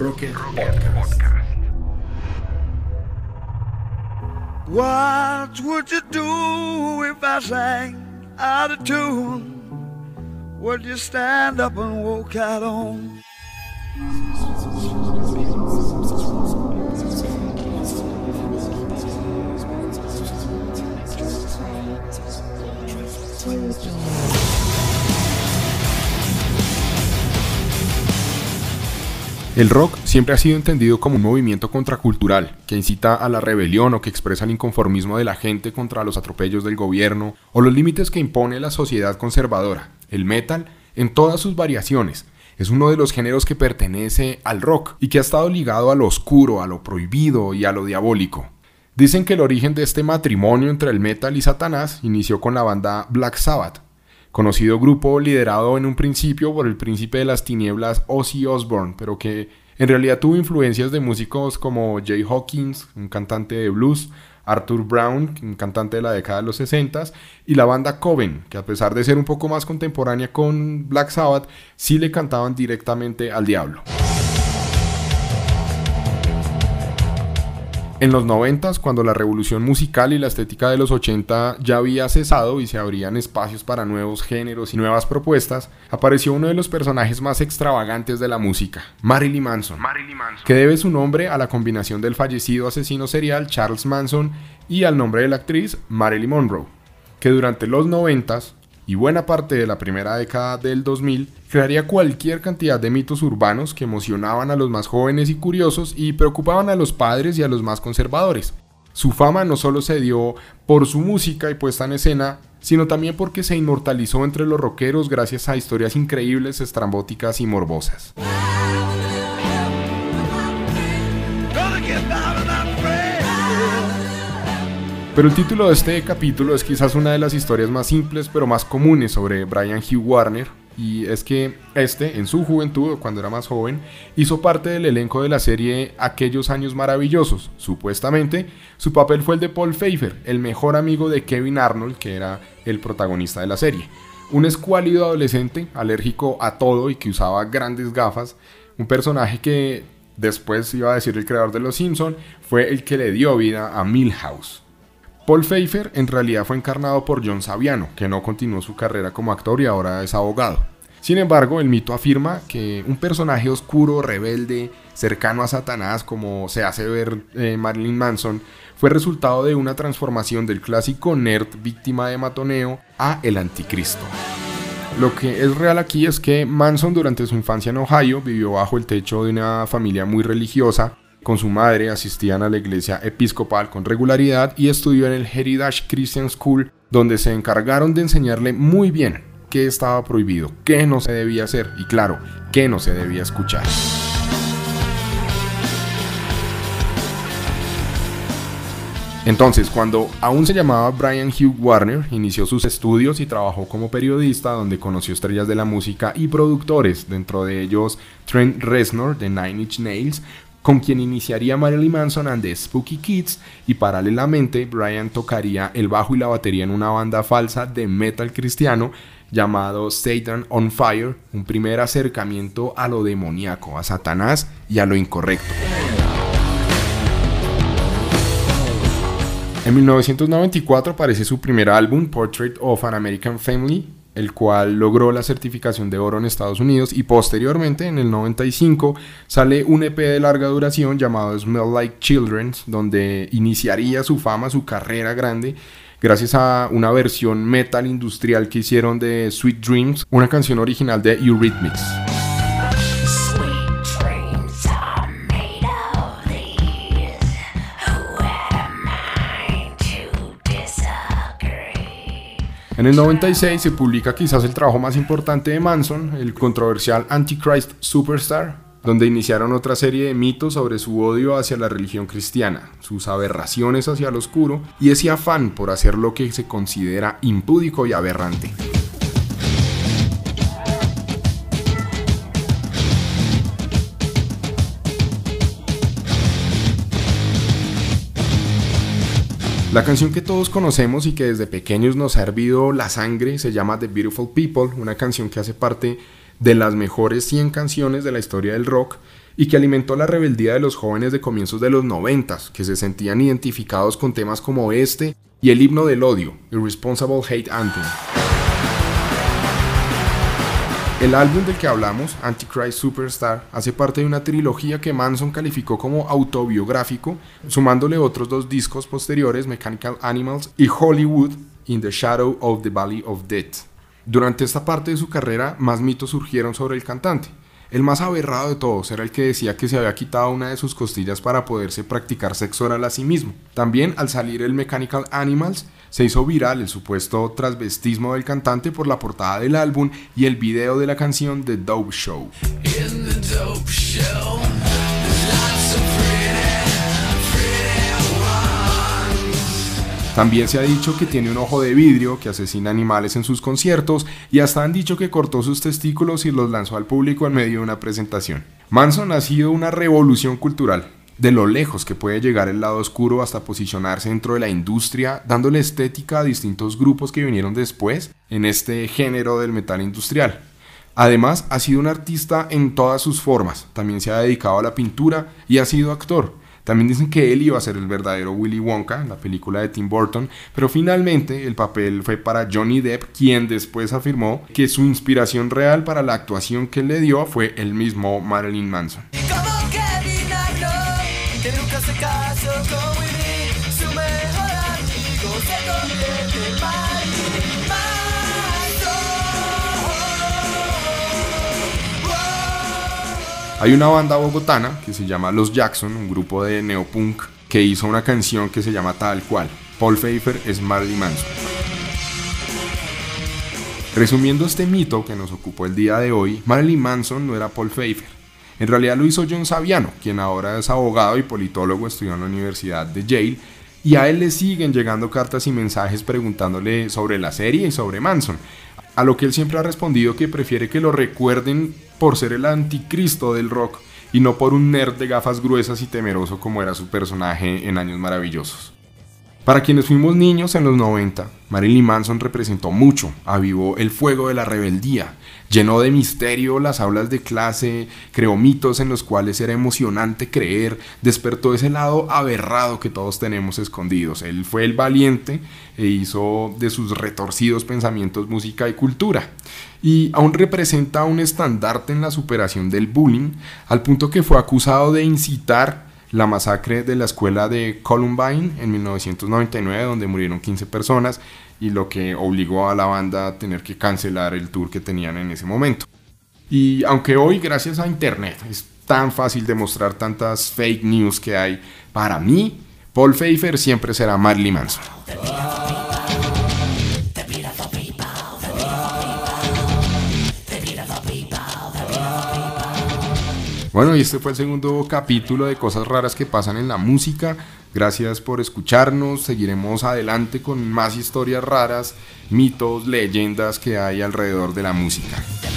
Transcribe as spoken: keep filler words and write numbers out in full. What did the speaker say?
Rocker Podcast. What would you do if I sang out of tune? Would you stand up and walk out on? El rock siempre ha sido entendido como un movimiento contracultural que incita a la rebelión o que expresa el inconformismo de la gente contra los atropellos del gobierno o los límites que impone la sociedad conservadora. El metal, en todas sus variaciones, es uno de los géneros que pertenece al rock y que ha estado ligado a lo oscuro, a lo prohibido y a lo diabólico. Dicen que el origen de este matrimonio entre el metal y Satanás inició con la banda Black Sabbath, conocido grupo liderado en un principio por el príncipe de las tinieblas Ozzy Osbourne, pero que en realidad tuvo influencias de músicos como Jay Hawkins, un cantante de blues, Arthur Brown, un cantante de la década de los sesenta, y la banda Coven, que a pesar de ser un poco más contemporánea con Black Sabbath, sí le cantaban directamente al diablo. En los noventas, cuando la revolución musical y la estética de los ochenta ya había cesado y se abrían espacios para nuevos géneros y nuevas propuestas, apareció uno de los personajes más extravagantes de la música, Marilyn Manson, Marilyn Manson, que debe su nombre a la combinación del fallecido asesino serial Charles Manson y al nombre de la actriz Marilyn Monroe, que durante los noventas y buena parte de la primera década del dos mil crearía cualquier cantidad de mitos urbanos que emocionaban a los más jóvenes y curiosos y preocupaban a los padres y a los más conservadores. Su fama no solo se dio por su música y puesta en escena, sino también porque se inmortalizó entre los rockeros gracias a historias increíbles, estrambóticas y morbosas. Pero el título de este capítulo es quizás una de las historias más simples pero más comunes sobre Brian Hugh Warner, y es que este, en su juventud, cuando era más joven, hizo parte del elenco de la serie Aquellos Años Maravillosos. Supuestamente, su papel fue el de Paul Pfeiffer, el mejor amigo de Kevin Arnold, que era el protagonista de la serie. Un escuálido adolescente, alérgico a todo y que usaba grandes gafas, un personaje que, después iba a decir el creador de Los Simpson, fue el que le dio vida a Milhouse. Paul Pfeiffer en realidad fue encarnado por John Saviano, que no continuó su carrera como actor y ahora es abogado. Sin embargo, el mito afirma que un personaje oscuro, rebelde, cercano a Satanás, como se hace ver eh, Marilyn Manson, fue resultado de una transformación del clásico nerd víctima de matoneo a el anticristo. Lo que es real aquí es que Manson durante su infancia en Ohio vivió bajo el techo de una familia muy religiosa. Con su madre asistían a la iglesia episcopal con regularidad y estudió en el Heritage Christian School, donde se encargaron de enseñarle muy bien qué estaba prohibido, qué no se debía hacer y, claro, qué no se debía escuchar. Entonces, cuando aún se llamaba Brian Hugh Warner, inició sus estudios y trabajó como periodista, donde conoció estrellas de la música y productores, dentro de ellos Trent Reznor de Nine Inch Nails, con quien iniciaría Marilyn Manson and the Spooky Kids, y paralelamente Brian tocaría el bajo y la batería en una banda falsa de metal cristiano llamado Satan on Fire, un primer acercamiento a lo demoníaco, a Satanás y a lo incorrecto. En mil novecientos noventa y cuatro aparece su primer álbum, Portrait of an American Family, el cual logró la certificación de oro en Estados Unidos, y posteriormente, en el noventa y cinco, sale un E P de larga duración llamado Smell Like Children, donde iniciaría su fama, su carrera grande, gracias a una versión metal industrial que hicieron de Sweet Dreams, una canción original de Eurythmics. En el noventa y seis se publica quizás el trabajo más importante de Manson, el controversial Antichrist Superstar, donde iniciaron otra serie de mitos sobre su odio hacia la religión cristiana, sus aberraciones hacia lo oscuro y ese afán por hacer lo que se considera impúdico y aberrante. La canción que todos conocemos y que desde pequeños nos ha hervido la sangre se llama The Beautiful People, una canción que hace parte de las mejores cien canciones de la historia del rock, y que alimentó la rebeldía de los jóvenes de comienzos de los noventas, que se sentían identificados con temas como este y el himno del odio, Irresponsible Hate Anthem. El álbum del que hablamos, Antichrist Superstar, hace parte de una trilogía que Manson calificó como autobiográfico, sumándole otros dos discos posteriores, Mechanical Animals y Hollywood in the Shadow of the Valley of Death. Durante esta parte de su carrera, más mitos surgieron sobre el cantante. El más aberrado de todos era el que decía que se había quitado una de sus costillas para poderse practicar sexo oral a sí mismo. También, al salir el Mechanical Animals, se hizo viral el supuesto transvestismo del cantante por la portada del álbum y el video de la canción The Dope Show. También se ha dicho que tiene un ojo de vidrio, que asesina animales en sus conciertos y hasta han dicho que cortó sus testículos y los lanzó al público en medio de una presentación. Manson ha sido una revolución cultural, de lo lejos que puede llegar el lado oscuro hasta posicionarse dentro de la industria, dándole estética a distintos grupos que vinieron después en este género del metal industrial. Además, ha sido un artista en todas sus formas, también se ha dedicado a la pintura y ha sido actor. También dicen que él iba a ser el verdadero Willy Wonka en la película de Tim Burton, pero finalmente el papel fue para Johnny Depp, quien después afirmó que su inspiración real para la actuación que él le dio fue el mismo Marilyn Manson. Que nunca se casó con Willy, su mejor amigo se convierte en Marilyn Manson. Hay una banda bogotana que se llama Los Jackson, un grupo de neopunk que hizo una canción que se llama tal cual, Paul Pfeiffer es Marilyn Manson. Resumiendo este mito que nos ocupó el día de hoy, Marilyn Manson no era Paul Pfeiffer. En realidad lo hizo John Saviano, quien ahora es abogado y politólogo, estudió en la Universidad de Yale, y a él le siguen llegando cartas y mensajes preguntándole sobre la serie y sobre Manson, a lo que él siempre ha respondido que prefiere que lo recuerden por ser el anticristo del rock y no por un nerd de gafas gruesas y temeroso como era su personaje en Años Maravillosos. Para quienes fuimos niños en los noventa, Marilyn Manson representó mucho, avivó el fuego de la rebeldía, llenó de misterio las aulas de clase, creó mitos en los cuales era emocionante creer, despertó ese lado aberrado que todos tenemos escondidos. Él fue el valiente e hizo de sus retorcidos pensamientos música y cultura. Y aún representa un estandarte en la superación del bullying, al punto que fue acusado de incitar la masacre de la escuela de Columbine en mil novecientos noventa y nueve, donde murieron quince personas, y lo que obligó a la banda a tener que cancelar el tour que tenían en ese momento. Y aunque hoy, gracias a internet, es tan fácil demostrar tantas fake news que hay, para mí, Paul Pfeiffer siempre será Marilyn Manson. Bueno, y este fue el segundo capítulo de Cosas Raras que Pasan en la Música. Gracias por escucharnos, seguiremos adelante con más historias raras, mitos, leyendas que hay alrededor de la música.